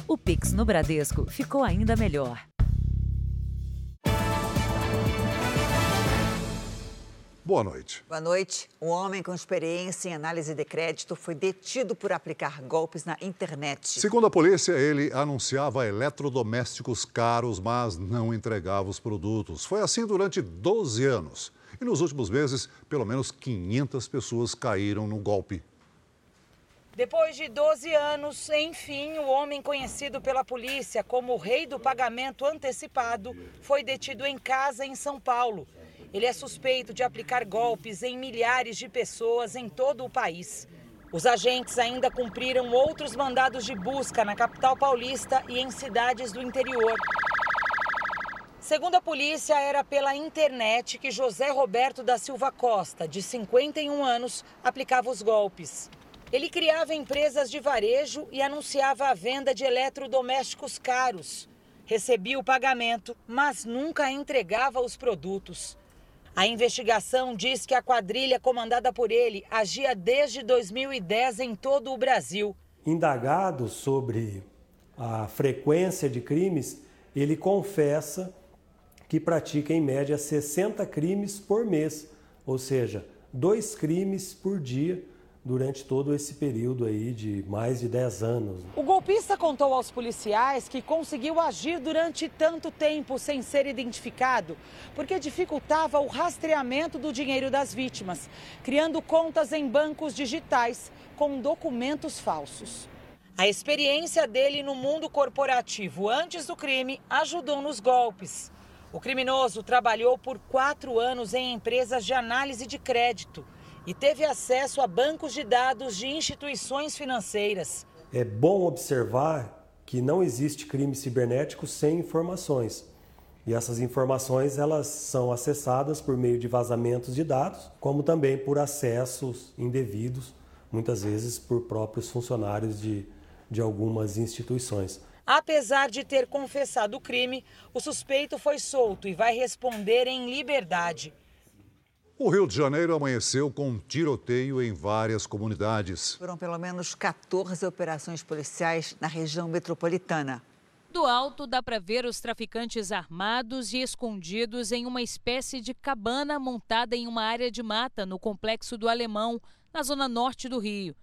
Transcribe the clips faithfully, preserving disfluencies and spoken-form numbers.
O Pix no Bradesco ficou ainda melhor. Boa noite. Boa noite. Um homem com experiência em análise de crédito foi detido por aplicar golpes na internet. Segundo a polícia, ele anunciava eletrodomésticos caros, mas não entregava os produtos. Foi assim durante doze anos. E nos últimos meses, pelo menos quinhentas pessoas caíram no golpe. Depois de doze anos, enfim, o homem conhecido pela polícia como o rei do pagamento antecipado foi detido em casa em São Paulo. Ele é suspeito de aplicar golpes em milhares de pessoas em todo o país. Os agentes ainda cumpriram outros mandados de busca na capital paulista e em cidades do interior. Segundo a polícia, era pela internet que José Roberto da Silva Costa, de cinquenta e um anos, aplicava os golpes. Ele criava empresas de varejo e anunciava a venda de eletrodomésticos caros. Recebia o pagamento, mas nunca entregava os produtos. A investigação diz que a quadrilha comandada por ele agia desde dois mil e dez em todo o Brasil. Indagado sobre a frequência de crimes, ele confessa que pratica em média sessenta crimes por mês, ou seja, dois crimes por dia durante todo esse período aí de mais de dez anos. O golpista contou aos policiais que conseguiu agir durante tanto tempo sem ser identificado, porque dificultava o rastreamento do dinheiro das vítimas, criando contas em bancos digitais com documentos falsos. A experiência dele no mundo corporativo antes do crime ajudou nos golpes. O criminoso trabalhou por quatro anos em empresas de análise de crédito e teve acesso a bancos de dados de instituições financeiras. É bom observar que não existe crime cibernético sem informações. E essas informações elas são acessadas por meio de vazamentos de dados, como também por acessos indevidos, muitas vezes por próprios funcionários de, de algumas instituições. Apesar de ter confessado o crime, o suspeito foi solto e vai responder em liberdade. O Rio de Janeiro amanheceu com um tiroteio em várias comunidades. Foram pelo menos quatorze operações policiais na região metropolitana. Do alto dá para ver os traficantes armados e escondidos em uma espécie de cabana montada em uma área de mata no Complexo do Alemão, na zona norte do Rio.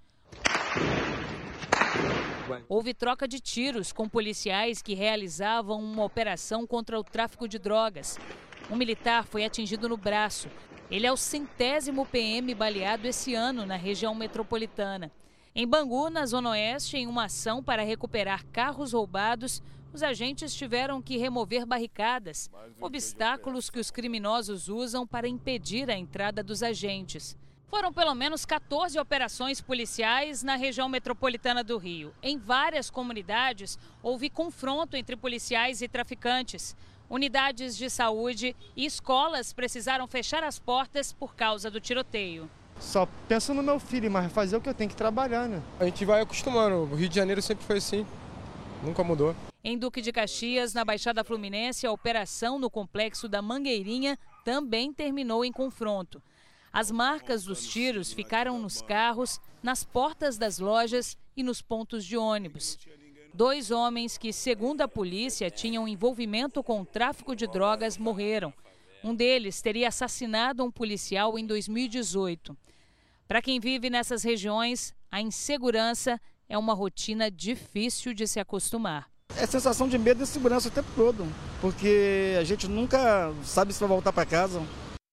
Houve troca de tiros com policiais que realizavam uma operação contra o tráfico de drogas. Um militar foi atingido no braço. Ele é o centésimo P M baleado esse ano na região metropolitana. Em Bangu, na Zona Oeste, em uma ação para recuperar carros roubados, os agentes tiveram que remover barricadas, obstáculos que os criminosos usam para impedir a entrada dos agentes. Foram pelo menos quatorze operações policiais na região metropolitana do Rio. Em várias comunidades, houve confronto entre policiais e traficantes. Unidades de saúde e escolas precisaram fechar as portas por causa do tiroteio. Só penso no meu filho, mas fazer o que eu tenho que trabalhar, né? A gente vai acostumando. O Rio de Janeiro sempre foi assim. Nunca mudou. Em Duque de Caxias, na Baixada Fluminense, a operação no Complexo da Mangueirinha também terminou em confronto. As marcas dos tiros ficaram nos carros, nas portas das lojas e nos pontos de ônibus. Dois homens que, segundo a polícia, tinham envolvimento com o tráfico de drogas morreram. Um deles teria assassinado um policial em dois mil e dezoito. Para quem vive nessas regiões, a insegurança é uma rotina difícil de se acostumar. É sensação de medo e insegurança o tempo todo, porque a gente nunca sabe se vai voltar para casa.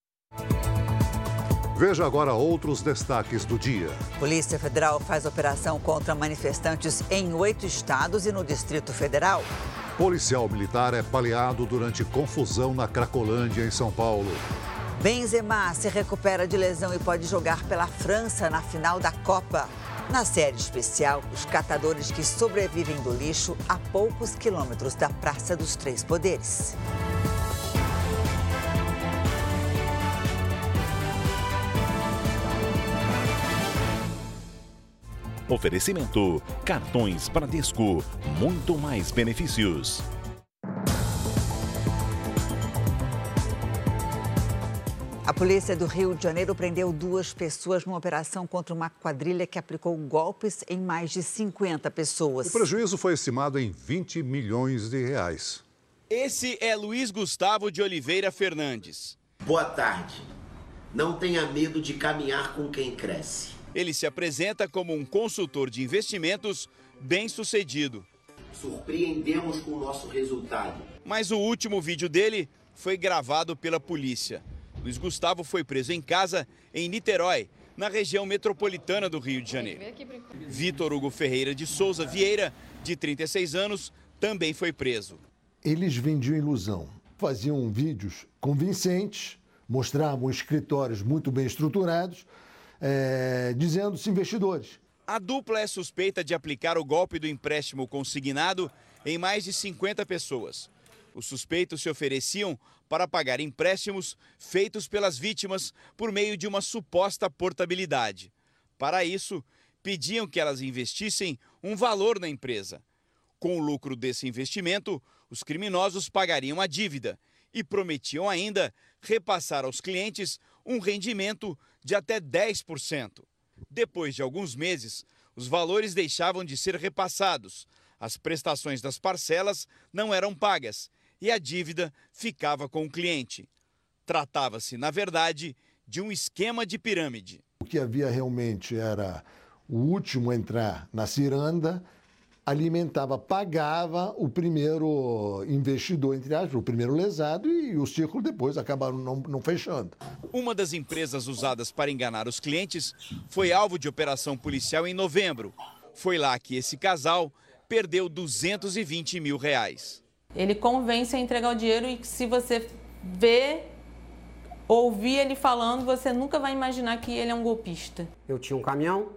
Veja agora outros destaques do dia. Polícia Federal faz operação contra manifestantes em oito estados e no Distrito Federal. Policial militar é baleado durante confusão na Cracolândia, em São Paulo. Benzema se recupera de lesão e pode jogar pela França na final da Copa. Na série especial, os catadores que sobrevivem do lixo a poucos quilômetros da Praça dos Três Poderes. Oferecimento: cartões Bradesco, muito mais benefícios. A Polícia do Rio de Janeiro prendeu duas pessoas numa operação contra uma quadrilha que aplicou golpes em mais de cinquenta pessoas. O prejuízo foi estimado em vinte milhões de reais. Esse é Luiz Gustavo de Oliveira Fernandes. Boa tarde. Não tenha medo de caminhar com quem cresce. Ele se apresenta como um consultor de investimentos bem-sucedido. Surpreendemos com o nosso resultado. Mas o último vídeo dele foi gravado pela polícia. Luiz Gustavo foi preso em casa em Niterói, na região metropolitana do Rio de Janeiro. Vitor Hugo Ferreira de Souza Vieira, de trinta e seis anos, também foi preso. Eles vendiam ilusão, faziam vídeos convincentes, mostravam escritórios muito bem estruturados, é, dizendo-se investidores. A dupla é suspeita de aplicar o golpe do empréstimo consignado em mais de cinquenta pessoas. Os suspeitos se ofereciam para pagar empréstimos feitos pelas vítimas por meio de uma suposta portabilidade. Para isso, pediam que elas investissem um valor na empresa. Com o lucro desse investimento, os criminosos pagariam a dívida e prometiam ainda repassar aos clientes um rendimento de até dez por cento. Depois de alguns meses, os valores deixavam de ser repassados, as prestações das parcelas não eram pagas e a dívida ficava com o cliente. Tratava-se, na verdade, de um esquema de pirâmide. O que havia realmente era o último a entrar na ciranda, alimentava, pagava o primeiro investidor, entre aspas, o primeiro lesado, e o ciclo depois acabaram não, não fechando. Uma das empresas usadas para enganar os clientes foi alvo de operação policial em novembro. Foi lá que esse casal perdeu duzentos e vinte mil reais. Ele convence a entregar o dinheiro e se você vê, ouvir ele falando, você nunca vai imaginar que ele é um golpista. Eu tinha um caminhão,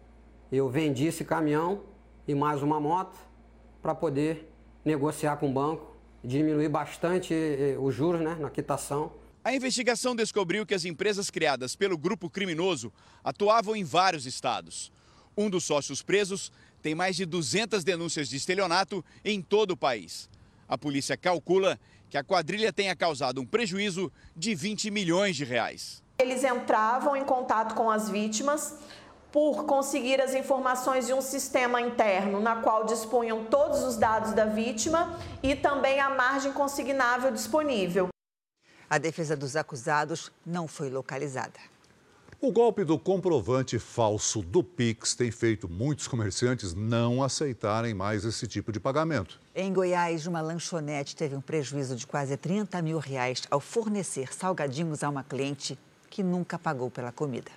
eu vendi esse caminhão e mais uma moto para poder negociar com o banco, diminuir bastante os juros, né, na quitação. A investigação descobriu que as empresas criadas pelo grupo criminoso atuavam em vários estados. Um dos sócios presos tem mais de duzentas denúncias de estelionato em todo o país. A polícia calcula que a quadrilha tenha causado um prejuízo de vinte milhões de reais. Eles entravam em contato com as vítimas por conseguir as informações de um sistema interno na qual dispunham todos os dados da vítima e também a margem consignável disponível. A defesa dos acusados não foi localizada. O golpe do comprovante falso do Pix tem feito muitos comerciantes não aceitarem mais esse tipo de pagamento. Em Goiás, uma lanchonete teve um prejuízo de quase trinta mil reais ao fornecer salgadinhos a uma cliente que nunca pagou pela comida.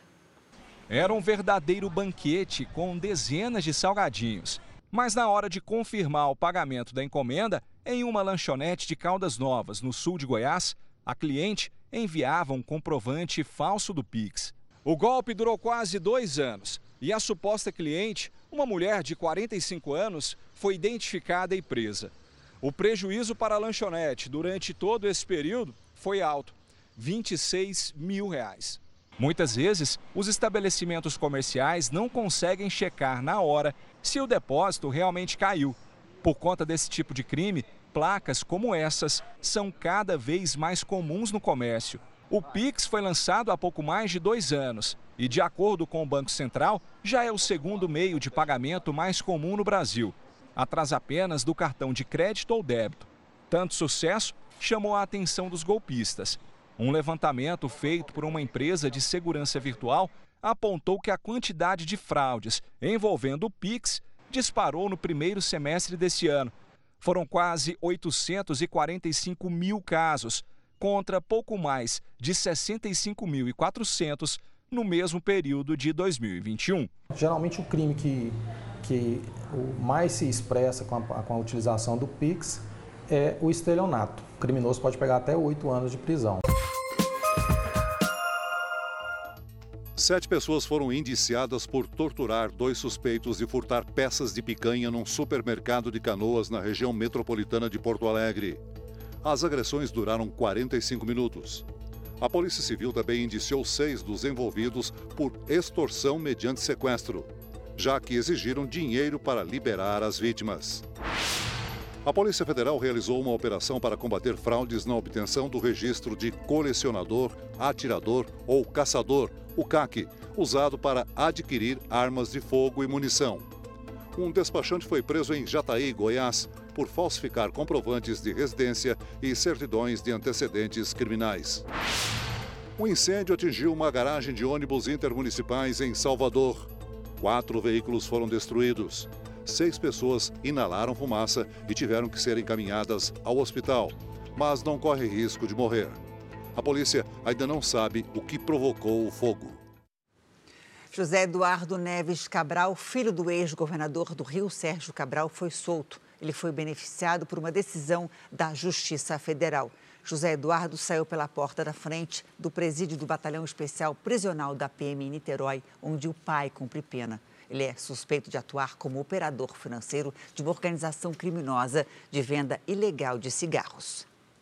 Era um verdadeiro banquete com dezenas de salgadinhos. Mas na hora de confirmar o pagamento da encomenda, em uma lanchonete de Caldas Novas, no sul de Goiás, a cliente enviava um comprovante falso do Pix. O golpe durou quase dois anos e a suposta cliente, uma mulher de quarenta e cinco anos, foi identificada e presa. O prejuízo para a lanchonete durante todo esse período foi alto, vinte e seis mil reais. Muitas vezes, os estabelecimentos comerciais não conseguem checar na hora se o depósito realmente caiu. Por conta desse tipo de crime, placas como essas são cada vez mais comuns no comércio. O Pix foi lançado há pouco mais de dois anos e, de acordo com o Banco Central, já é o segundo meio de pagamento mais comum no Brasil, atrás apenas do cartão de crédito ou débito. Tanto sucesso chamou a atenção dos golpistas. Um levantamento feito por uma empresa de segurança virtual apontou que a quantidade de fraudes envolvendo o Pix disparou no primeiro semestre desse ano. Foram quase oitocentos e quarenta e cinco mil casos, contra pouco mais de sessenta e cinco mil e quatrocentos no mesmo período de dois mil e vinte e um. Geralmente o crime que, que mais se expressa com a, com a utilização do Pix é o estelionato. O criminoso pode pegar até oito anos de prisão. Sete pessoas foram indiciadas por torturar dois suspeitos de furtar peças de picanha num supermercado de Canoas, na região metropolitana de Porto Alegre. As agressões duraram quarenta e cinco minutos. A Polícia Civil também indiciou seis dos envolvidos por extorsão mediante sequestro, já que exigiram dinheiro para liberar as vítimas. A Polícia Federal realizou uma operação para combater fraudes na obtenção do registro de colecionador, atirador ou caçador, o C A C, usado para adquirir armas de fogo e munição. Um despachante foi preso em Jataí, Goiás, por falsificar comprovantes de residência e certidões de antecedentes criminais. Um incêndio atingiu uma garagem de ônibus intermunicipais em Salvador. Quatro veículos foram destruídos. Seis pessoas inalaram fumaça e tiveram que ser encaminhadas ao hospital, mas não corre risco de morrer. A polícia ainda não sabe o que provocou o fogo. José Eduardo Neves Cabral, filho do ex-governador do Rio, Sérgio Cabral, foi solto. Ele foi beneficiado por uma decisão da Justiça Federal. José Eduardo saiu pela porta da frente do presídio do Batalhão Especial Prisional da P M em Niterói, onde o pai cumpre pena. Ele é suspeito de atuar como operador financeiro de uma organização criminosa de venda ilegal de cigarros.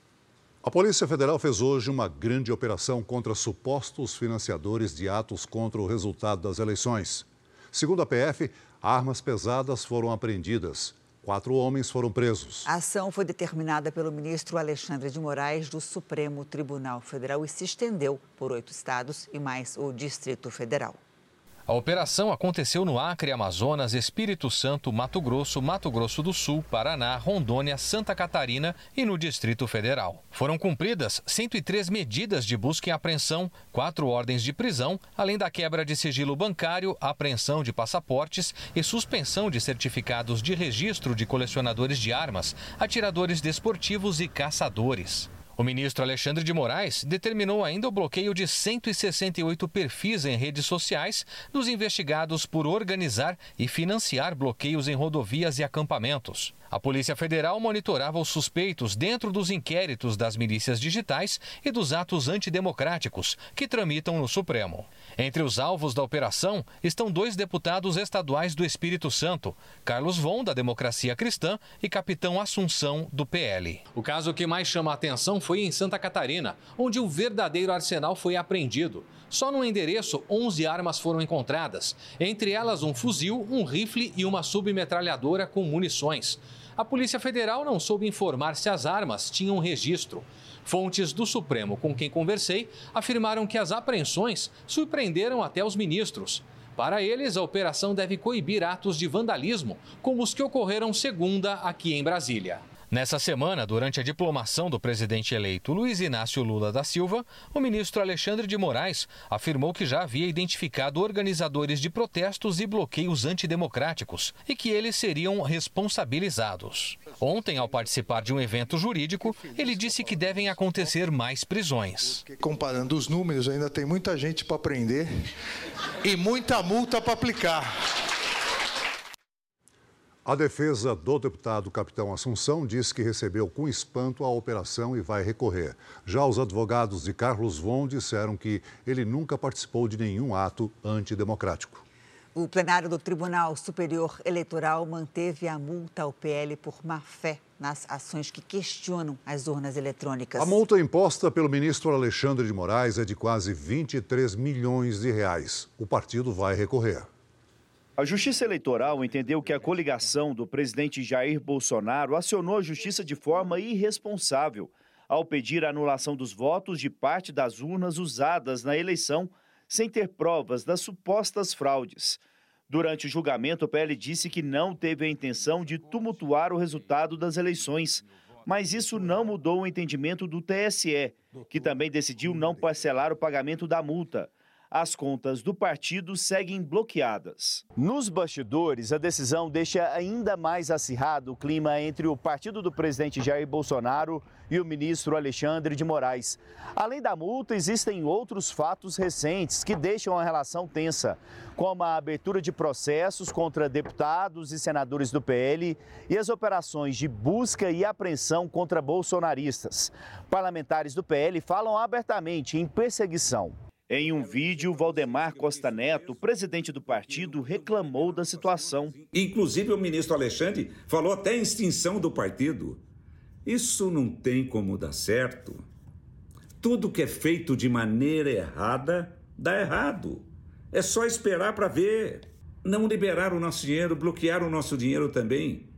A Polícia Federal fez hoje uma grande operação contra supostos financiadores de atos contra o resultado das eleições. Segundo a P F, armas pesadas foram apreendidas. Quatro homens foram presos. A ação foi determinada pelo ministro Alexandre de Moraes do Supremo Tribunal Federal e se estendeu por oito estados e mais o Distrito Federal. A operação aconteceu no Acre, Amazonas, Espírito Santo, Mato Grosso, Mato Grosso do Sul, Paraná, Rondônia, Santa Catarina e no Distrito Federal. Foram cumpridas cento e três medidas de busca e apreensão, quatro ordens de prisão, além da quebra de sigilo bancário, apreensão de passaportes e suspensão de certificados de registro de colecionadores de armas, atiradores desportivos e caçadores. O ministro Alexandre de Moraes determinou ainda o bloqueio de cento e sessenta e oito perfis em redes sociais dos investigados por organizar e financiar bloqueios em rodovias e acampamentos. A Polícia Federal monitorava os suspeitos dentro dos inquéritos das milícias digitais e dos atos antidemocráticos que tramitam no Supremo. Entre os alvos da operação estão dois deputados estaduais do Espírito Santo, Carlos Von, da Democracia Cristã, e Capitão Assunção, do P L. O caso que mais chama a atenção foi em Santa Catarina, onde o verdadeiro arsenal foi apreendido. Só no endereço, onze armas foram encontradas, entre elas um fuzil, um rifle e uma submetralhadora com munições. A Polícia Federal não soube informar se as armas tinham registro. Fontes do Supremo com quem conversei afirmaram que as apreensões surpreenderam até os ministros. Para eles, a operação deve coibir atos de vandalismo, como os que ocorreram segunda aqui em Brasília. Nessa semana, durante a diplomação do presidente eleito Luiz Inácio Lula da Silva, o ministro Alexandre de Moraes afirmou que já havia identificado organizadores de protestos e bloqueios antidemocráticos e que eles seriam responsabilizados. Ontem, ao participar de um evento jurídico, ele disse que devem acontecer mais prisões. Comparando os números, ainda tem muita gente para prender e muita multa para aplicar. A defesa do deputado Capitão Assunção diz que recebeu com espanto a operação e vai recorrer. Já os advogados de Carlos Von disseram que ele nunca participou de nenhum ato antidemocrático. O plenário do Tribunal Superior Eleitoral manteve a multa ao P L por má-fé nas ações que questionam as urnas eletrônicas. A multa imposta pelo ministro Alexandre de Moraes é de quase vinte e três milhões de reais. O partido vai recorrer. A Justiça Eleitoral entendeu que a coligação do presidente Jair Bolsonaro acionou a Justiça de forma irresponsável ao pedir a anulação dos votos de parte das urnas usadas na eleição sem ter provas das supostas fraudes. Durante o julgamento, o P L disse que não teve a intenção de tumultuar o resultado das eleições, mas isso não mudou o entendimento do T S E, que também decidiu não parcelar o pagamento da multa. As contas do partido seguem bloqueadas. Nos bastidores, a decisão deixa ainda mais acirrado o clima entre o partido do presidente Jair Bolsonaro e o ministro Alexandre de Moraes. Além da multa, existem outros fatos recentes que deixam a relação tensa, como a abertura de processos contra deputados e senadores do P L e as operações de busca e apreensão contra bolsonaristas. Parlamentares do P L falam abertamente em perseguição. Em um vídeo, Valdemar Costa Neto, presidente do partido, reclamou da situação. Inclusive, o ministro Alexandre falou até em extinção do partido. Isso não tem como dar certo. Tudo que é feito de maneira errada, dá errado. É só esperar para ver. Não liberar o nosso dinheiro, bloquear o nosso dinheiro também.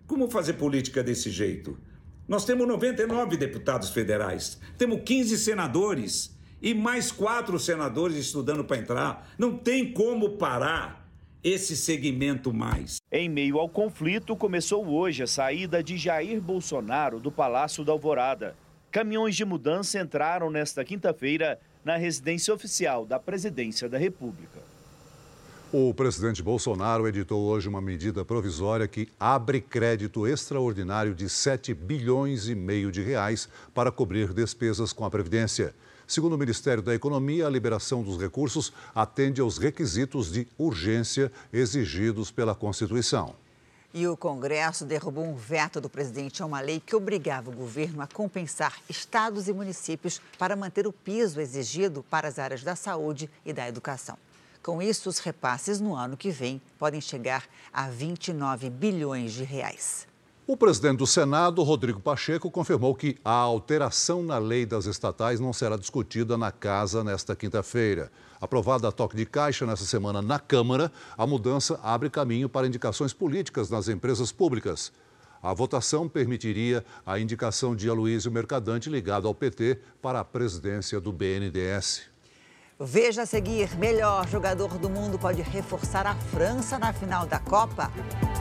Como fazer política desse jeito? Nós temos noventa e nove deputados federais, temos quinze senadores e mais quatro senadores estudando para entrar. Não tem como parar esse segmento mais. Em meio ao conflito, começou hoje a saída de Jair Bolsonaro do Palácio da Alvorada. Caminhões de mudança entraram nesta quinta-feira na residência oficial da Presidência da República. O presidente Bolsonaro editou hoje uma medida provisória que abre crédito extraordinário de sete bilhões e meio de reais para cobrir despesas com a Previdência. Segundo o Ministério da Economia, a liberação dos recursos atende aos requisitos de urgência exigidos pela Constituição. E o Congresso derrubou um veto do presidente a uma lei que obrigava o governo a compensar estados e municípios para manter o piso exigido para as áreas da saúde e da educação. Com isso, os repasses no ano que vem podem chegar a vinte e nove bilhões de reais. O presidente do Senado, Rodrigo Pacheco, confirmou que a alteração na lei das estatais não será discutida na Casa nesta quinta-feira. Aprovada a toque de caixa nesta semana na Câmara, a mudança abre caminho para indicações políticas nas empresas públicas. A votação permitiria a indicação de Aloysio Mercadante, ligado ao P T, para a presidência do B N D E S. Veja a seguir, melhor jogador do mundo pode reforçar a França na final da Copa.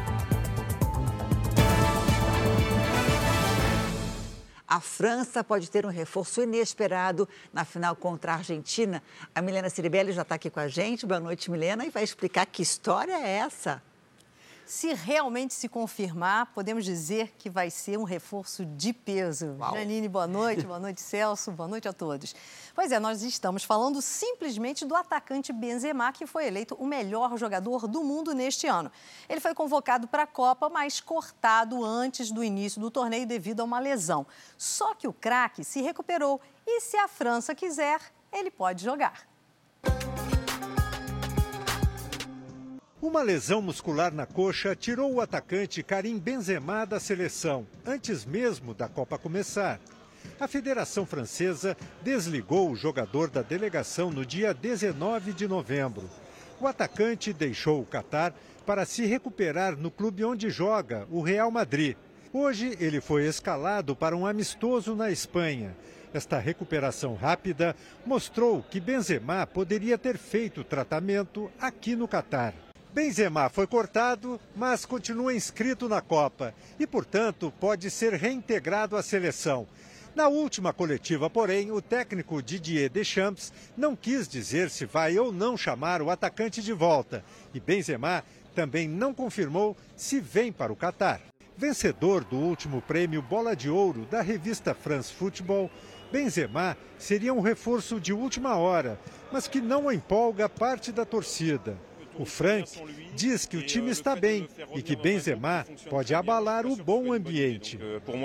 A França pode ter um reforço inesperado na final contra a Argentina. A Milena Ciribelli já está aqui com a gente. Boa noite, Milena, e vai explicar que história é essa. Se realmente se confirmar, podemos dizer que vai ser um reforço de peso. Uau. Janine, boa noite. Boa noite, Celso. Boa noite a todos. Pois é, nós estamos falando simplesmente do atacante Benzema, que foi eleito o melhor jogador do mundo neste ano. Ele foi convocado para a Copa, mas cortado antes do início do torneio devido a uma lesão. Só que o craque se recuperou e, se a França quiser, ele pode jogar. Uma lesão muscular na coxa tirou o atacante Karim Benzema da seleção, antes mesmo da Copa começar. A Federação Francesa desligou o jogador da delegação no dia dezenove de novembro. O atacante deixou o Catar para se recuperar no clube onde joga, o Real Madrid. Hoje ele foi escalado para um amistoso na Espanha. Esta recuperação rápida mostrou que Benzema poderia ter feito o tratamento aqui no Catar. Benzema foi cortado, mas continua inscrito na Copa e, portanto, pode ser reintegrado à seleção. Na última coletiva, porém, o técnico Didier Deschamps não quis dizer se vai ou não chamar o atacante de volta. E Benzema também não confirmou se vem para o Catar. Vencedor do último prêmio Bola de Ouro da revista France Football, Benzema seria um reforço de última hora, mas que não empolga parte da torcida. O Frank diz que o time está bem e que Benzema pode abalar o bom ambiente.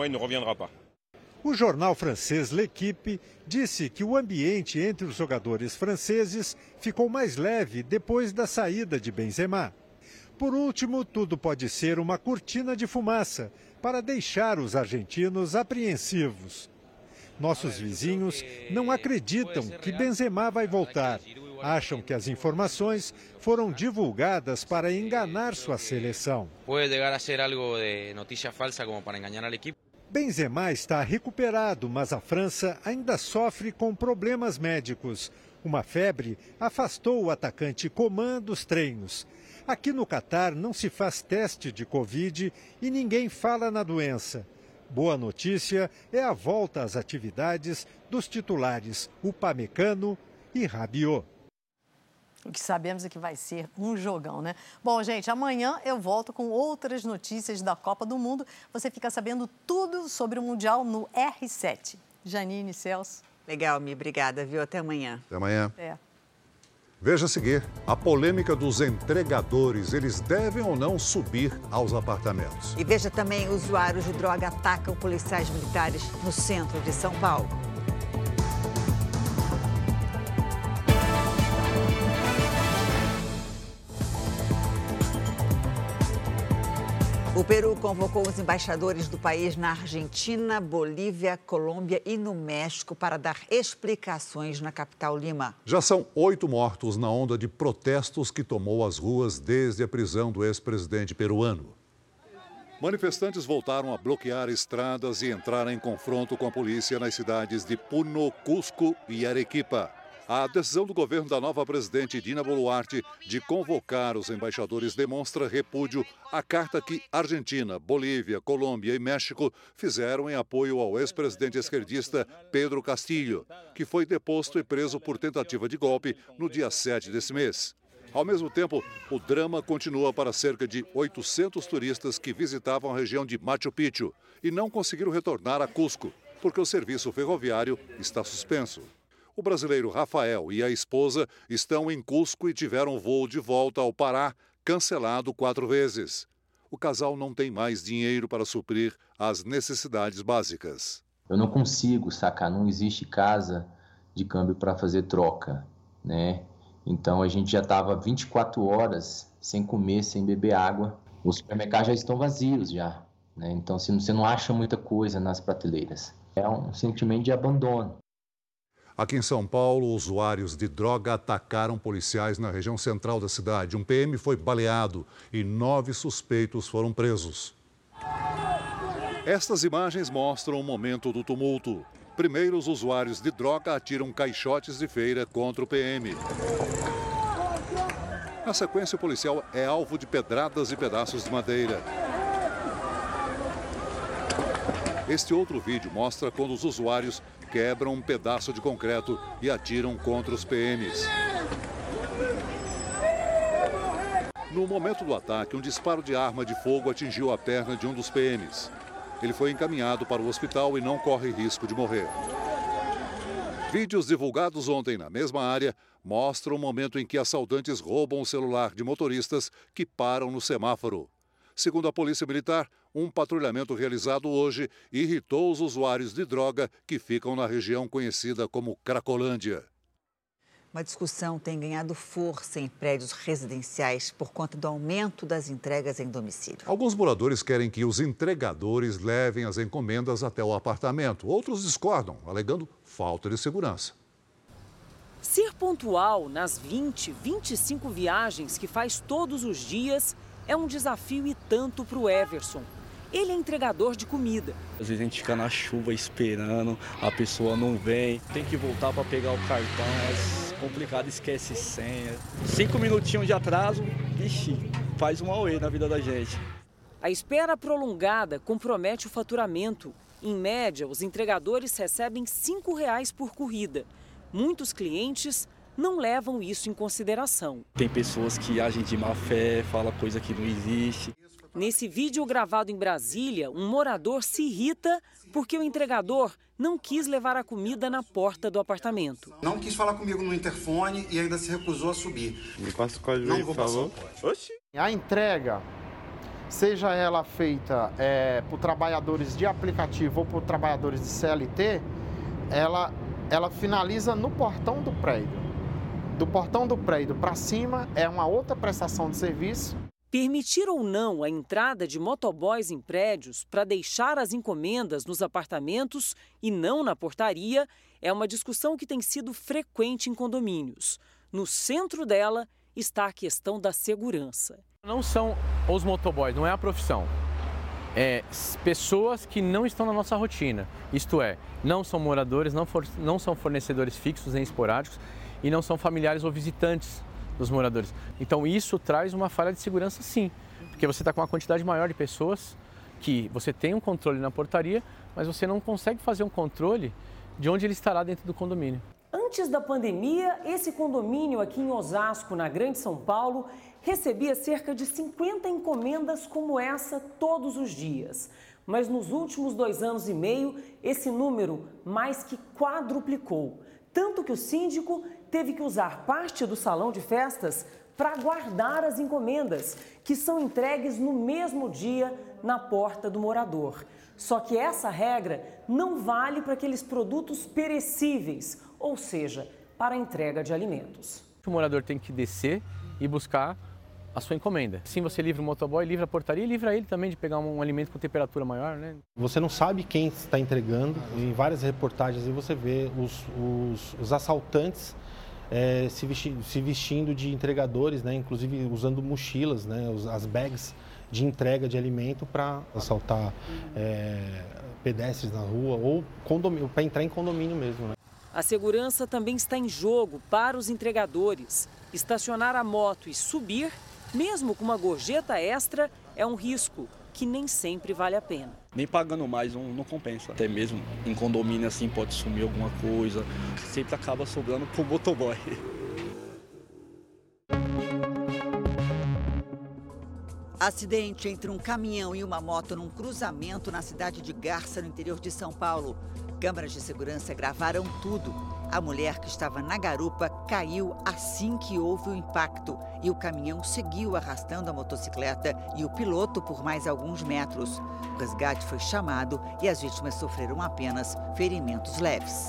O jornal francês L'Équipe disse que o ambiente entre os jogadores franceses ficou mais leve depois da saída de Benzema. Por último, tudo pode ser uma cortina de fumaça para deixar os argentinos apreensivos. Nossos vizinhos não acreditam que Benzema vai voltar. Acham que as informações foram divulgadas para enganar sua seleção. Pode chegar a ser algo de notícia falsa como para enganar a equipe. Benzema está recuperado, mas a França ainda sofre com problemas médicos. Uma febre afastou o atacante Coman dos treinos. Aqui no Catar não se faz teste de Covid e ninguém fala na doença. Boa notícia é a volta às atividades dos titulares Upamecano e Rabiot. O que sabemos é que vai ser um jogão, né? Bom, gente, amanhã eu volto com outras notícias da Copa do Mundo. Você fica sabendo tudo sobre o Mundial no R sete. Janine, Celso. Legal, Mi. Obrigada, viu? Até amanhã. Até amanhã. É. Veja a seguir, a polêmica dos entregadores, eles devem ou não subir aos apartamentos? E veja também, usuários de droga atacam policiais militares no centro de São Paulo. O Peru convocou os embaixadores do país na Argentina, Bolívia, Colômbia e no México para dar explicações na capital Lima. Já são oito mortos na onda de protestos que tomou as ruas desde a prisão do ex-presidente peruano. Manifestantes voltaram a bloquear estradas e entraram em confronto com a polícia nas cidades de Puno, Cusco e Arequipa. A decisão do governo da nova presidente Dina Boluarte de convocar os embaixadores demonstra repúdio à carta que Argentina, Bolívia, Colômbia e México fizeram em apoio ao ex-presidente esquerdista Pedro Castillo, que foi deposto e preso por tentativa de golpe no dia sete desse mês. Ao mesmo tempo, o drama continua para cerca de oitocentos turistas que visitavam a região de Machu Picchu e não conseguiram retornar a Cusco, porque o serviço ferroviário está suspenso. O brasileiro Rafael e a esposa estão em Cusco e tiveram voo de volta ao Pará, cancelado quatro vezes. O casal não tem mais dinheiro para suprir as necessidades básicas. Eu não consigo sacar, não existe casa de câmbio para fazer troca, né? Então a gente já estava vinte e quatro horas sem comer, sem beber água. Os supermercados já estão vazios já, né? Então você não acha muita coisa nas prateleiras. É um sentimento de abandono. Aqui em São Paulo, usuários de droga atacaram policiais na região central da cidade. Um P M foi baleado e nove suspeitos foram presos. Estas imagens mostram o momento do tumulto. Primeiro, os usuários de droga atiram caixotes de feira contra o P M. Na sequência, o policial é alvo de pedradas e pedaços de madeira. Este outro vídeo mostra quando os usuários quebram um pedaço de concreto e atiram contra os P Ms. No momento do ataque, um disparo de arma de fogo atingiu a perna de um dos P Ms. Ele foi encaminhado para o hospital e não corre risco de morrer. Vídeos divulgados ontem na mesma área mostram o momento em que assaltantes roubam o celular de motoristas que param no semáforo. Segundo a Polícia Militar, um patrulhamento realizado hoje irritou os usuários de droga que ficam na região conhecida como Cracolândia. Uma discussão tem ganhado força em prédios residenciais por conta do aumento das entregas em domicílio. Alguns moradores querem que os entregadores levem as encomendas até o apartamento. Outros discordam, alegando falta de segurança. Ser pontual nas vinte, vinte e cinco viagens que faz todos os dias é um desafio e tanto para o Everson. Ele é entregador de comida. Às vezes a gente fica na chuva esperando, a pessoa não vem, tem que voltar para pegar o cartão, é complicado, esquece senha. Cinco minutinhos de atraso, vixi, faz um auê na vida da gente. A espera prolongada compromete o faturamento. Em média, os entregadores recebem cinco reais por corrida. Muitos clientes não levam isso em consideração. Tem pessoas que agem de má fé, falam coisa que não existe. Nesse vídeo gravado em Brasília, um morador se irrita porque o entregador não quis levar a comida na porta do apartamento. Não quis falar comigo no interfone e ainda se recusou a subir. Me passa o código aí, por favor. Oxi. A entrega, seja ela feita é, por trabalhadores de aplicativo ou por trabalhadores de C L T, ela, ela finaliza no portão do prédio. Do portão do prédio para cima é uma outra prestação de serviço. Permitir ou não a entrada de motoboys em prédios para deixar as encomendas nos apartamentos e não na portaria é uma discussão que tem sido frequente em condomínios. No centro dela está a questão da segurança. Não são os motoboys, não é a profissão. É pessoas que não estão na nossa rotina. Isto é, não são moradores, não, for, não são fornecedores fixos nem esporádicos e não são familiares ou visitantes dos moradores. Então isso traz uma falha de segurança, sim, porque você está com uma quantidade maior de pessoas que você tem um controle na portaria, mas você não consegue fazer um controle de onde ele estará dentro do condomínio. Antes da pandemia, esse condomínio aqui em Osasco, na Grande São Paulo, recebia cerca de cinquenta encomendas como essa todos os dias. Mas nos últimos dois anos e meio, esse número mais que quadruplicou. Tanto que o síndico teve que usar parte do salão de festas para guardar as encomendas, que são entregues no mesmo dia na porta do morador. Só que essa regra não vale para aqueles produtos perecíveis, ou seja, para a entrega de alimentos. O morador tem que descer e buscar a sua encomenda. Assim você livra o motoboy, livra a portaria e livra ele também de pegar um alimento com temperatura maior, né? Você não sabe quem está entregando. Em várias reportagens você vê os, os, os assaltantes é, se, vestindo, se vestindo de entregadores, né? Inclusive usando mochilas, né? As bags de entrega de alimento para assaltar é, pedestres na rua ou para entrar em condomínio mesmo, né? A segurança também está em jogo para os entregadores. Estacionar a moto e subir, mesmo com uma gorjeta extra, é um risco que nem sempre vale a pena. Nem pagando mais não, não compensa. Até mesmo em condomínio assim pode sumir alguma coisa. Sempre acaba sobrando pro motoboy. Acidente entre um caminhão e uma moto num cruzamento na cidade de Garça, no interior de São Paulo. Câmeras de segurança gravaram tudo. A mulher que estava na garupa caiu assim que houve o impacto e o caminhão seguiu arrastando a motocicleta e o piloto por mais alguns metros. O resgate foi chamado e as vítimas sofreram apenas ferimentos leves.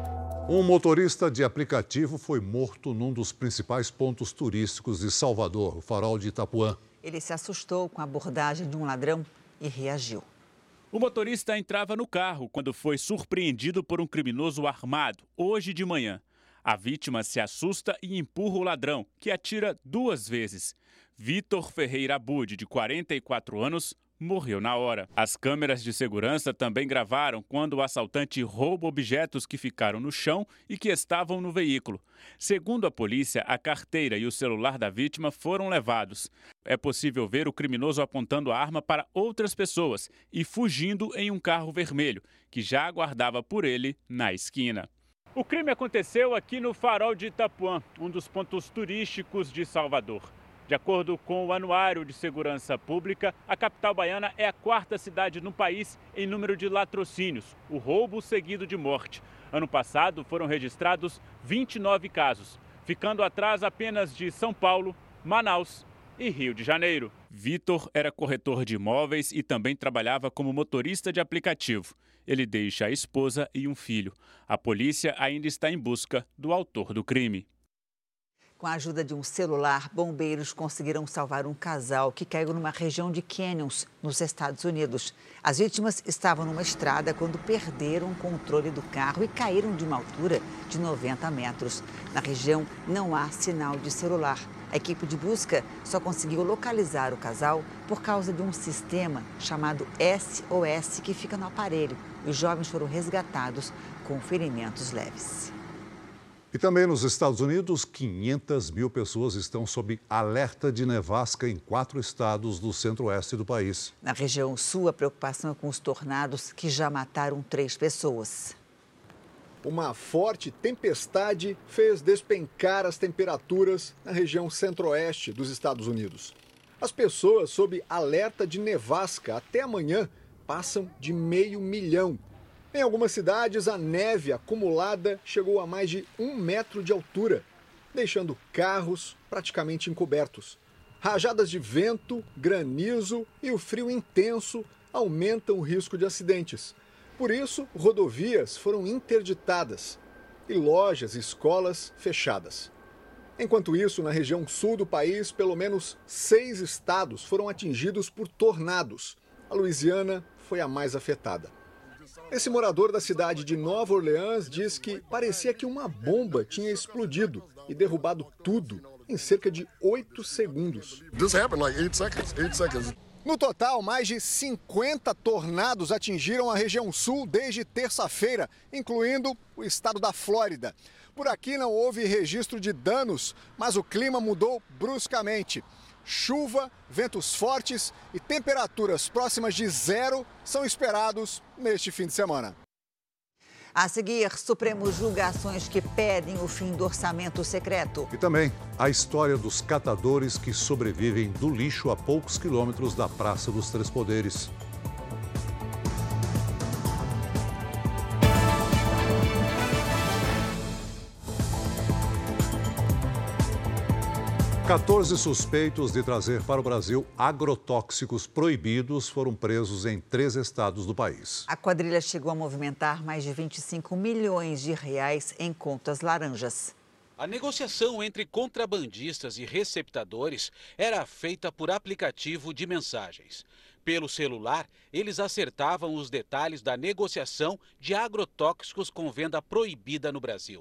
Um motorista de aplicativo foi morto num dos principais pontos turísticos de Salvador, o Farol de Itapuã. Ele se assustou com a abordagem de um ladrão e reagiu. O motorista entrava no carro quando foi surpreendido por um criminoso armado, hoje de manhã. A vítima se assusta e empurra o ladrão, que atira duas vezes. Vitor Ferreira Abud, de quarenta e quatro anos, morreu na hora. As câmeras de segurança também gravaram quando o assaltante rouba objetos que ficaram no chão e que estavam no veículo. Segundo a polícia, a carteira e o celular da vítima foram levados. É possível ver o criminoso apontando a arma para outras pessoas e fugindo em um carro vermelho, que já aguardava por ele na esquina. O crime aconteceu aqui no Farol de Itapuã, um dos pontos turísticos de Salvador. De acordo com o Anuário de Segurança Pública, a capital baiana é a quarta cidade no país em número de latrocínios, o roubo seguido de morte. Ano passado foram registrados vinte e nove casos, ficando atrás apenas de São Paulo, Manaus e Rio de Janeiro. Vitor era corretor de imóveis e também trabalhava como motorista de aplicativo. Ele deixa a esposa e um filho. A polícia ainda está em busca do autor do crime. Com a ajuda de um celular, bombeiros conseguiram salvar um casal que caiu numa região de canyons, nos Estados Unidos. As vítimas estavam numa estrada quando perderam o controle do carro e caíram de uma altura de noventa metros. Na região não há sinal de celular. A equipe de busca só conseguiu localizar o casal por causa de um sistema chamado S O S que fica no aparelho. Os jovens foram resgatados com ferimentos leves. E também nos Estados Unidos, quinhentas mil pessoas estão sob alerta de nevasca em quatro estados do centro-oeste do país. Na região sul, a preocupação é com os tornados que já mataram três pessoas. Uma forte tempestade fez despencar as temperaturas na região centro-oeste dos Estados Unidos. As pessoas sob alerta de nevasca até amanhã passam de meio milhão. Em algumas cidades, a neve acumulada chegou a mais de um metro de altura, deixando carros praticamente encobertos. Rajadas de vento, granizo e o frio intenso aumentam o risco de acidentes. Por isso, rodovias foram interditadas e lojas e escolas fechadas. Enquanto isso, na região sul do país, pelo menos seis estados foram atingidos por tornados. A Louisiana foi a mais afetada. Esse morador da cidade de Nova Orleans diz que parecia que uma bomba tinha explodido e derrubado tudo em cerca de oito segundos. No total, mais de cinquenta tornados atingiram a região sul desde terça-feira, incluindo o estado da Flórida. Por aqui não houve registro de danos, mas o clima mudou bruscamente. Chuva, ventos fortes e temperaturas próximas de zero são esperados neste fim de semana. A seguir, Supremo julga ações que pedem o fim do orçamento secreto. E também a história dos catadores que sobrevivem do lixo a poucos quilômetros da Praça dos Três Poderes. quatorze suspeitos de trazer para o Brasil agrotóxicos proibidos foram presos em três estados do país. A quadrilha chegou a movimentar mais de vinte e cinco milhões de reais em contas laranjas. A negociação entre contrabandistas e receptadores era feita por aplicativo de mensagens. Pelo celular, eles acertavam os detalhes da negociação de agrotóxicos com venda proibida no Brasil.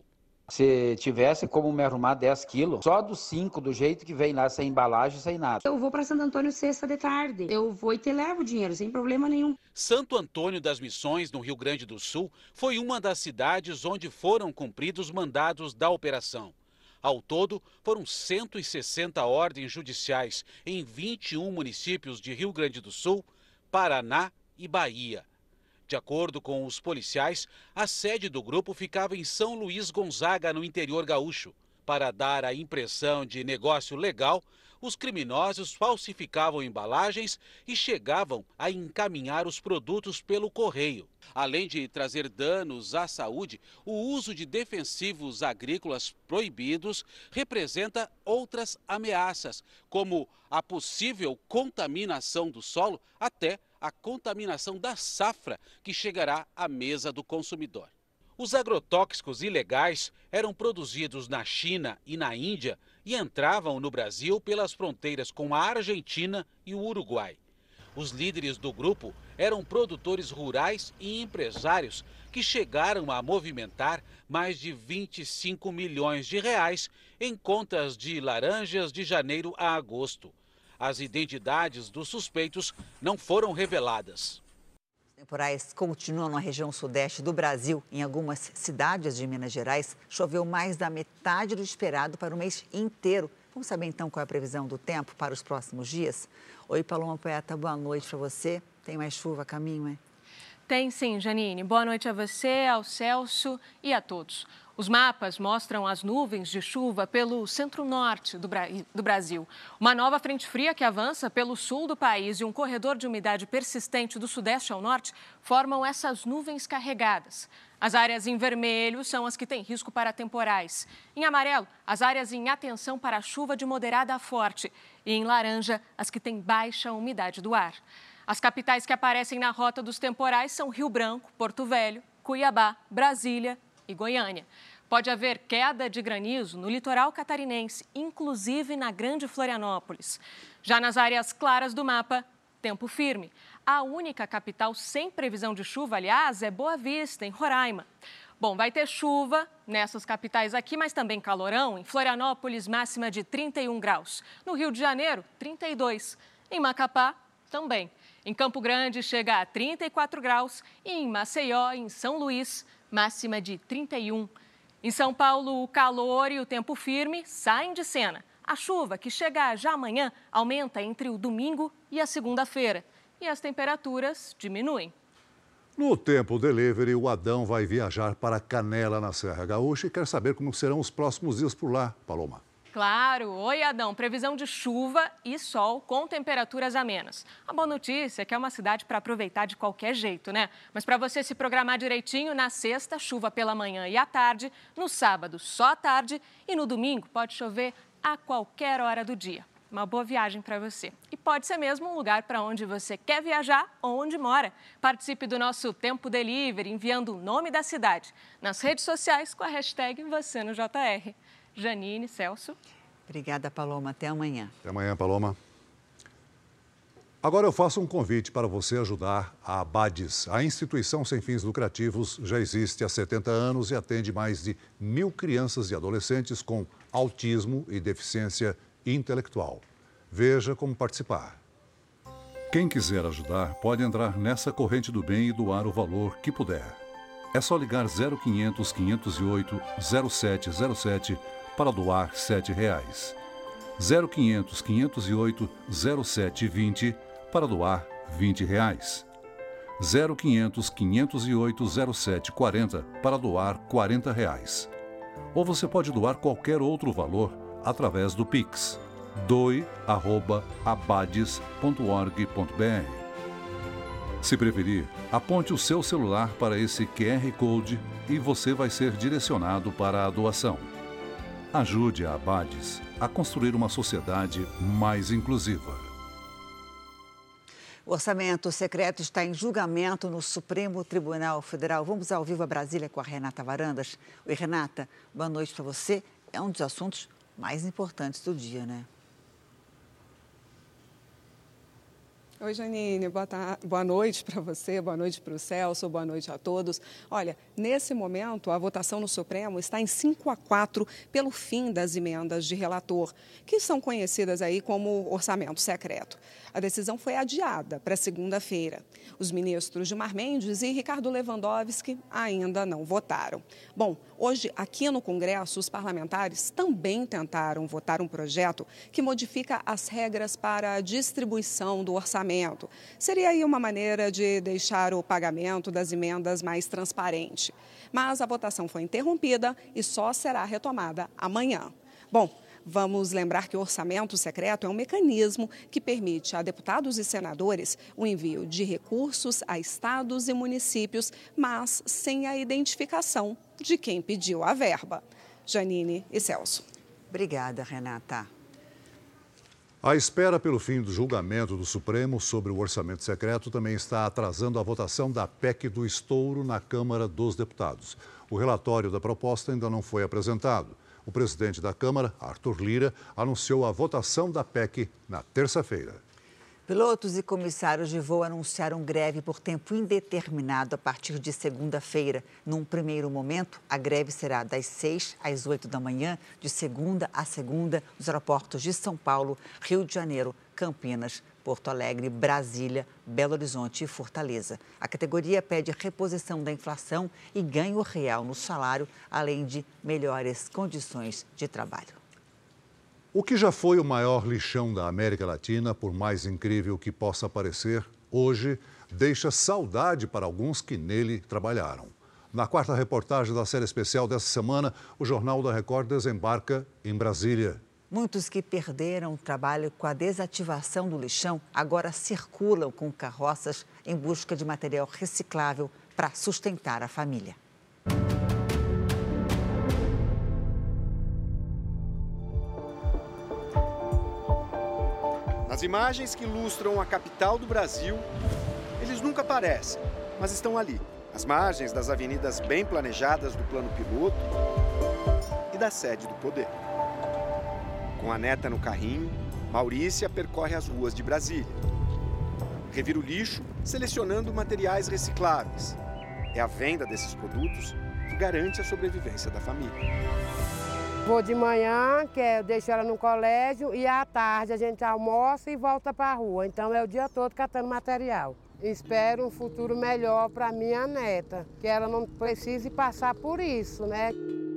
Se tivesse como me arrumar dez quilos, só dos cinco, do jeito que vem lá, sem embalagem, sem nada. Eu vou para Santo Antônio sexta de tarde. Eu vou e te levo o dinheiro, sem problema nenhum. Santo Antônio das Missões, no Rio Grande do Sul, foi uma das cidades onde foram cumpridos os mandados da operação. Ao todo, foram cento e sessenta ordens judiciais em vinte e um municípios de Rio Grande do Sul, Paraná e Bahia. De acordo com os policiais, a sede do grupo ficava em São Luís Gonzaga, no interior gaúcho. Para dar a impressão de negócio legal, os criminosos falsificavam embalagens e chegavam a encaminhar os produtos pelo correio. Além de trazer danos à saúde, o uso de defensivos agrícolas proibidos representa outras ameaças, como a possível contaminação do solo até a contaminação da safra que chegará à mesa do consumidor. Os agrotóxicos ilegais eram produzidos na China e na Índia e entravam no Brasil pelas fronteiras com a Argentina e o Uruguai. Os líderes do grupo eram produtores rurais e empresários que chegaram a movimentar mais de vinte e cinco milhões de reais em contas de laranjas de janeiro a agosto. As identidades dos suspeitos não foram reveladas. Temporais continuam na região sudeste do Brasil. Em algumas cidades de Minas Gerais, choveu mais da metade do esperado para o mês inteiro. Vamos saber então qual é a previsão do tempo para os próximos dias? Oi, Paloma Poeta, boa noite para você. Tem mais chuva a caminho, é? Tem sim, Janine. Boa noite a você, ao Celso e a todos. Os mapas mostram as nuvens de chuva pelo centro-norte do, Bra... do Brasil. Uma nova frente fria que avança pelo sul do país e um corredor de umidade persistente do sudeste ao norte formam essas nuvens carregadas. As áreas em vermelho são as que têm risco para temporais. Em amarelo, as áreas em atenção para chuva de moderada a forte. E em laranja, as que têm baixa umidade do ar. As capitais que aparecem na rota dos temporais são Rio Branco, Porto Velho, Cuiabá, Brasília e Goiânia. Pode haver queda de granizo no litoral catarinense, inclusive na Grande Florianópolis. Já nas áreas claras do mapa, tempo firme. A única capital sem previsão de chuva, aliás, é Boa Vista, em Roraima. Bom, vai ter chuva nessas capitais aqui, mas também calorão. Em Florianópolis, máxima de trinta e um graus. No Rio de Janeiro, trinta e dois. Em Macapá, também. Em Campo Grande, chega a trinta e quatro graus. E em Maceió, em São Luís, máxima de trinta e um. Em São Paulo, o calor e o tempo firme saem de cena. A chuva, que chega já amanhã, aumenta entre o domingo e a segunda-feira. E as temperaturas diminuem. No Tempo Delivery, o Adão vai viajar para Canela, na Serra Gaúcha, e quer saber como serão os próximos dias por lá, Paloma. Claro! Oi, Adão. Previsão de chuva e sol com temperaturas amenas. A boa notícia é que é uma cidade para aproveitar de qualquer jeito, né? Mas para você se programar direitinho, na sexta, chuva pela manhã e à tarde. No sábado, só à tarde. E no domingo, pode chover a qualquer hora do dia. Uma boa viagem para você. E pode ser mesmo um lugar para onde você quer viajar ou onde mora. Participe do nosso Tempo Delivery enviando o nome da cidade nas redes sociais com a hashtag você no J R. Janine, Celso. Obrigada, Paloma. Até amanhã. Até amanhã, Paloma. Agora eu faço um convite para você ajudar a Abades. A instituição sem fins lucrativos já existe há setenta anos e atende mais de mil crianças e adolescentes com autismo e deficiência intelectual. Veja como participar. Quem quiser ajudar pode entrar nessa corrente do bem e doar o valor que puder. É só ligar zero quinhentos, quinhentos e oito, zero sete zero sete para doar sete reais. zero quinhentos, quinhentos e oito, zero sete vinte para doar vinte reais. zero quinhentos, quinhentos e oito, zero sete quarenta para doar quarenta reais. Ou você pode doar qualquer outro valor através do Pix, doe arroba abades ponto org ponto br. Se preferir, aponte o seu celular para esse Q R Code e você vai ser direcionado para a doação. Ajude a Abades a construir uma sociedade mais inclusiva. O orçamento secreto está em julgamento no Supremo Tribunal Federal. Vamos ao vivo a Brasília com a Renata Varandas. Oi, Renata, boa noite para você. É um dos assuntos mais importantes do dia, né? Oi, Janine, boa, tarde, boa noite para você, boa noite para o Celso, boa noite a todos. Olha, nesse momento, a votação no Supremo está em cinco a quatro pelo fim das emendas de relator, que são conhecidas aí como orçamento secreto. A decisão foi adiada para segunda-feira. Os ministros Gilmar Mendes e Ricardo Lewandowski ainda não votaram. Bom, hoje, aqui no Congresso, os parlamentares também tentaram votar um projeto que modifica as regras para a distribuição do orçamento. Seria aí uma maneira de deixar o pagamento das emendas mais transparente. Mas a votação foi interrompida e só será retomada amanhã. Bom, vamos lembrar que o orçamento secreto é um mecanismo que permite a deputados e senadores o envio de recursos a estados e municípios, mas sem a identificação de quem pediu a verba. Janine e Celso. Obrigada, Renata. A espera pelo fim do julgamento do Supremo sobre o orçamento secreto também está atrasando a votação da P E C do estouro na Câmara dos Deputados. O relatório da proposta ainda não foi apresentado. O presidente da Câmara, Arthur Lira, anunciou a votação da P E C na terça-feira. Pilotos e comissários de voo anunciaram greve por tempo indeterminado a partir de segunda-feira. Num primeiro momento, a greve será das seis às oito da manhã, de segunda a segunda, nos aeroportos de São Paulo, Rio de Janeiro, Campinas, Porto Alegre, Brasília, Belo Horizonte e Fortaleza. A categoria pede reposição da inflação e ganho real no salário, além de melhores condições de trabalho. O que já foi o maior lixão da América Latina, por mais incrível que possa parecer, hoje deixa saudade para alguns que nele trabalharam. Na quarta reportagem da série especial dessa semana, o Jornal da Record desembarca em Brasília. Muitos que perderam o trabalho com a desativação do lixão agora circulam com carroças em busca de material reciclável para sustentar a família. As imagens que ilustram a capital do Brasil, eles nunca aparecem, mas estão ali, às margens das avenidas bem planejadas do plano piloto e da sede do poder. Com a neta no carrinho, Maurícia percorre as ruas de Brasília. Revira o lixo, selecionando materiais recicláveis. É a venda desses produtos que garante a sobrevivência da família. Vou de manhã, que eu deixo ela no colégio, e à tarde a gente almoça e volta para a rua. Então é o dia todo catando material. Espero um futuro melhor para minha neta, que ela não precise passar por isso, né?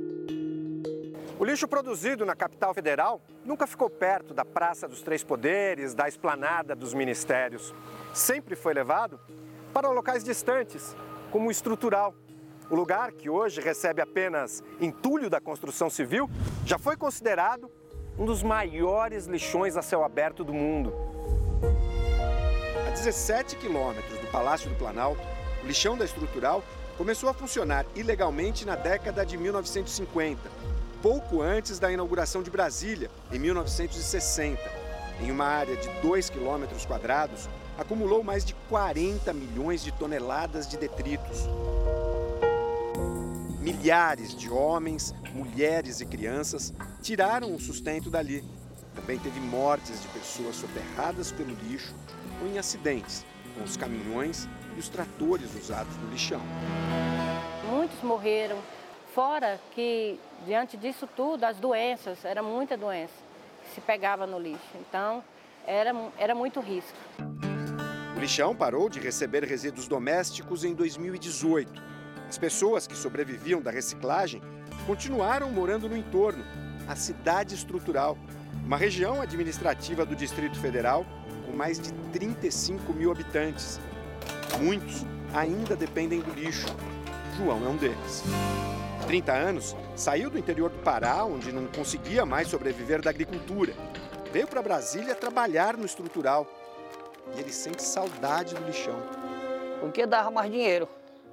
O lixo produzido na capital federal nunca ficou perto da Praça dos Três Poderes, da esplanada dos ministérios. Sempre foi levado para locais distantes, como o estrutural. O lugar, que hoje recebe apenas entulho da construção civil, já foi considerado um dos maiores lixões a céu aberto do mundo. A dezessete quilômetros do Palácio do Planalto, o lixão da estrutural começou a funcionar ilegalmente na década de mil novecentos e cinquenta, pouco antes da inauguração de Brasília, em mil novecentos e sessenta. Em uma área de dois quilômetros quadrados, acumulou mais de quarenta milhões de toneladas de detritos. Milhares de homens, mulheres e crianças tiraram o sustento dali. Também teve mortes de pessoas soterradas pelo lixo ou em acidentes com os caminhões e os tratores usados no lixão. Muitos morreram, fora que, diante disso tudo, as doenças, era muita doença que se pegava no lixo. Então, era, era muito risco. O lixão parou de receber resíduos domésticos em dois mil e dezoito. As pessoas que sobreviviam da reciclagem continuaram morando no entorno, a cidade estrutural, uma região administrativa do Distrito Federal com mais de trinta e cinco mil habitantes. Muitos ainda dependem do lixo. João é um deles. Há trinta anos, saiu do interior do Pará, onde não conseguia mais sobreviver da agricultura. Veio para Brasília trabalhar no estrutural. E ele sente saudade do lixão. Porque dava mais dinheiro.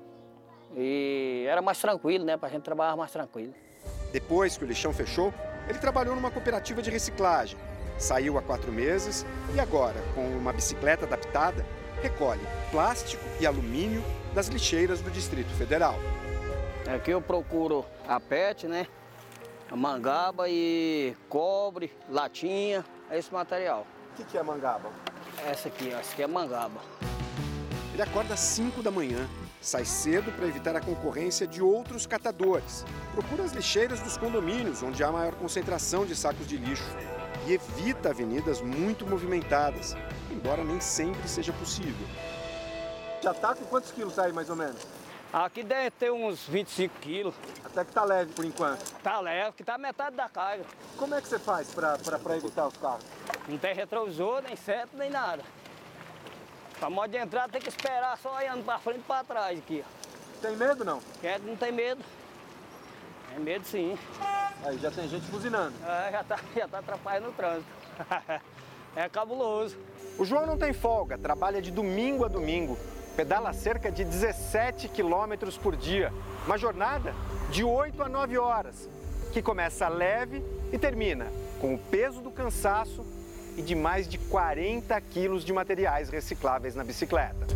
E era mais tranquilo, né? Pra gente trabalhar mais tranquilo. Depois que o lixão fechou, ele trabalhou numa cooperativa de reciclagem. Saiu há quatro meses e agora, com uma bicicleta adaptada, recolhe plástico e alumínio das lixeiras do Distrito Federal. Aqui eu procuro a P E T, né? A mangaba e cobre, latinha, é esse material. O que, que é mangaba? Essa aqui, essa aqui é mangaba. Ele acorda às cinco da manhã, sai cedo para evitar a concorrência de outros catadores. Procura as lixeiras dos condomínios, onde há maior concentração de sacos de lixo. E evita avenidas muito movimentadas, embora nem sempre seja possível. Já tá com quantos quilos aí, mais ou menos? Aqui deve ter uns vinte e cinco quilos. Até que tá leve por enquanto. Tá leve, que tá metade da carga. Como é que você faz para evitar os carros? Não tem retrovisor, nem seta, nem nada. Pra modo de entrar tem que esperar só ir andando pra frente e pra trás aqui. Tem medo não? É, não tem medo. Tem medo sim. Aí já tem gente buzinando. É, já tá, já tá atrapalhando o trânsito. É cabuloso. O João não tem folga, trabalha de domingo a domingo. Pedala cerca de dezessete quilômetros por dia. Uma jornada de oito a nove horas, que começa leve e termina com o peso do cansaço e de mais de quarenta quilos de materiais recicláveis na bicicleta.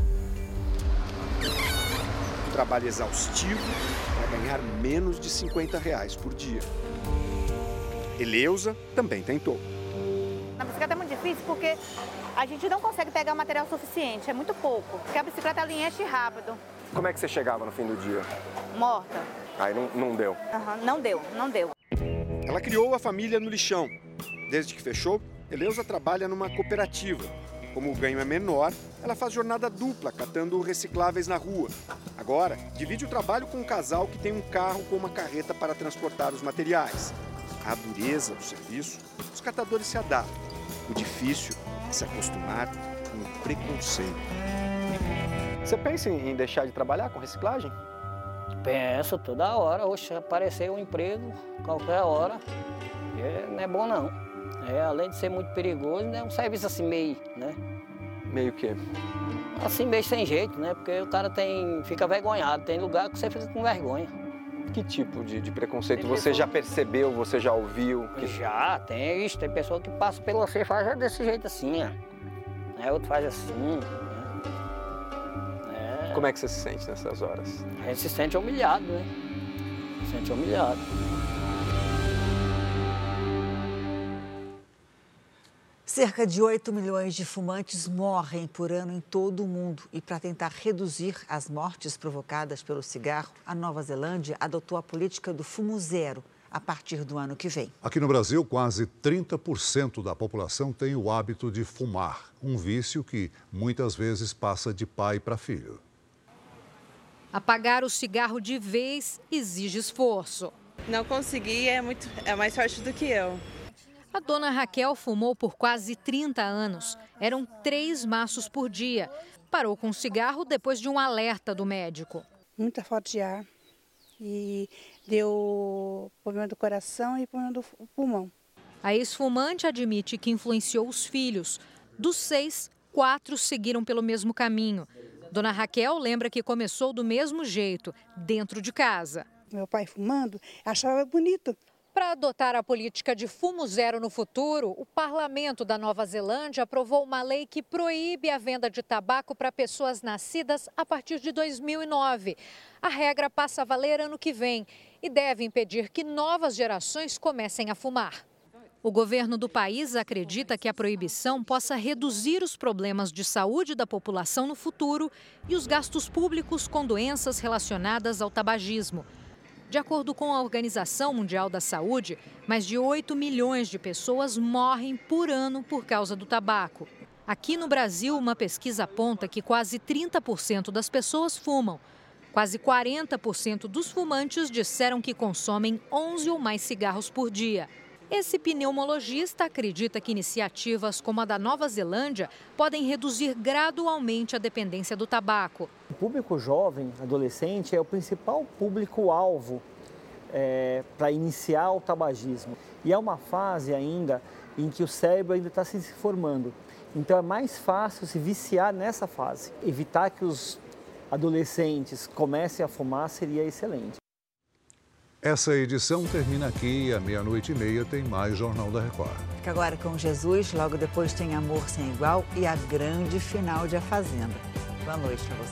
Um trabalho exaustivo para ganhar menos de cinquenta reais por dia. Eleusa também tentou. Na bicicleta é muito difícil porque a gente não consegue pegar material suficiente, é muito pouco, porque a bicicleta ela enche rápido. Como é que você chegava no fim do dia? Morta. Aí não, não deu? Uhum, não deu, não deu. Ela criou a família no lixão. Desde que fechou, Eleusa trabalha numa cooperativa. Como o ganho é menor, ela faz jornada dupla, catando recicláveis na rua. Agora, divide o trabalho com um casal que tem um carro com uma carreta para transportar os materiais. À dureza do serviço, os catadores se adaptam. O difícil é se acostumar com o preconceito. Você pensa em deixar de trabalhar com reciclagem? Penso toda hora. Oxe, aparecer um emprego qualquer hora, é, não é bom não. É, além de ser muito perigoso, é um serviço assim meio, né? Meio o quê? Assim meio sem jeito, né? Porque o cara tem, fica vergonhado. Tem lugar que você fica com vergonha. Que tipo de, de preconceito você pessoa... já percebeu, você já ouviu? Que... Já, tem isso. Tem pessoa que passa pelo você e faz desse jeito assim, ó. É, outro faz assim. Né? É... Como é que você se sente nessas horas? A gente se sente humilhado, né? Se sente humilhado. Cerca de oito milhões de fumantes morrem por ano em todo o mundo. E para tentar reduzir as mortes provocadas pelo cigarro, a Nova Zelândia adotou a política do fumo zero a partir do ano que vem. Aqui no Brasil, quase trinta por cento da população tem o hábito de fumar, um vício que muitas vezes passa de pai para filho. Apagar o cigarro de vez exige esforço. Não consegui, é, muito, é mais forte do que eu. A dona Raquel fumou por quase trinta anos. Eram três maços por dia. Parou com o cigarro depois de um alerta do médico. Muita falta de ar. E deu problema do coração e problema do pulmão. A ex-fumante admite que influenciou os filhos. Dos seis, quatro seguiram pelo mesmo caminho. Dona Raquel lembra que começou do mesmo jeito, dentro de casa. Meu pai fumando, achava bonito. Para adotar a política de fumo zero no futuro, o parlamento da Nova Zelândia aprovou uma lei que proíbe a venda de tabaco para pessoas nascidas a partir de dois mil e nove. A regra passa a valer ano que vem e deve impedir que novas gerações comecem a fumar. O governo do país acredita que a proibição possa reduzir os problemas de saúde da população no futuro e os gastos públicos com doenças relacionadas ao tabagismo. De acordo com a Organização Mundial da Saúde, mais de oito milhões de pessoas morrem por ano por causa do tabaco. Aqui no Brasil, uma pesquisa aponta que quase trinta por cento das pessoas fumam. Quase quarenta por cento dos fumantes disseram que consomem onze ou mais cigarros por dia. Esse pneumologista acredita que iniciativas como a da Nova Zelândia podem reduzir gradualmente a dependência do tabaco. O público jovem, adolescente, é o principal público-alvo é, para iniciar o tabagismo. E é uma fase ainda em que o cérebro ainda está se formando. Então é mais fácil se viciar nessa fase. Evitar que os adolescentes comecem a fumar seria excelente. Essa edição termina aqui e à meia-noite e meia tem mais Jornal da Record. Fica agora com Jesus, logo depois tem Amor Sem Igual e a grande final de A Fazenda. Boa noite para você.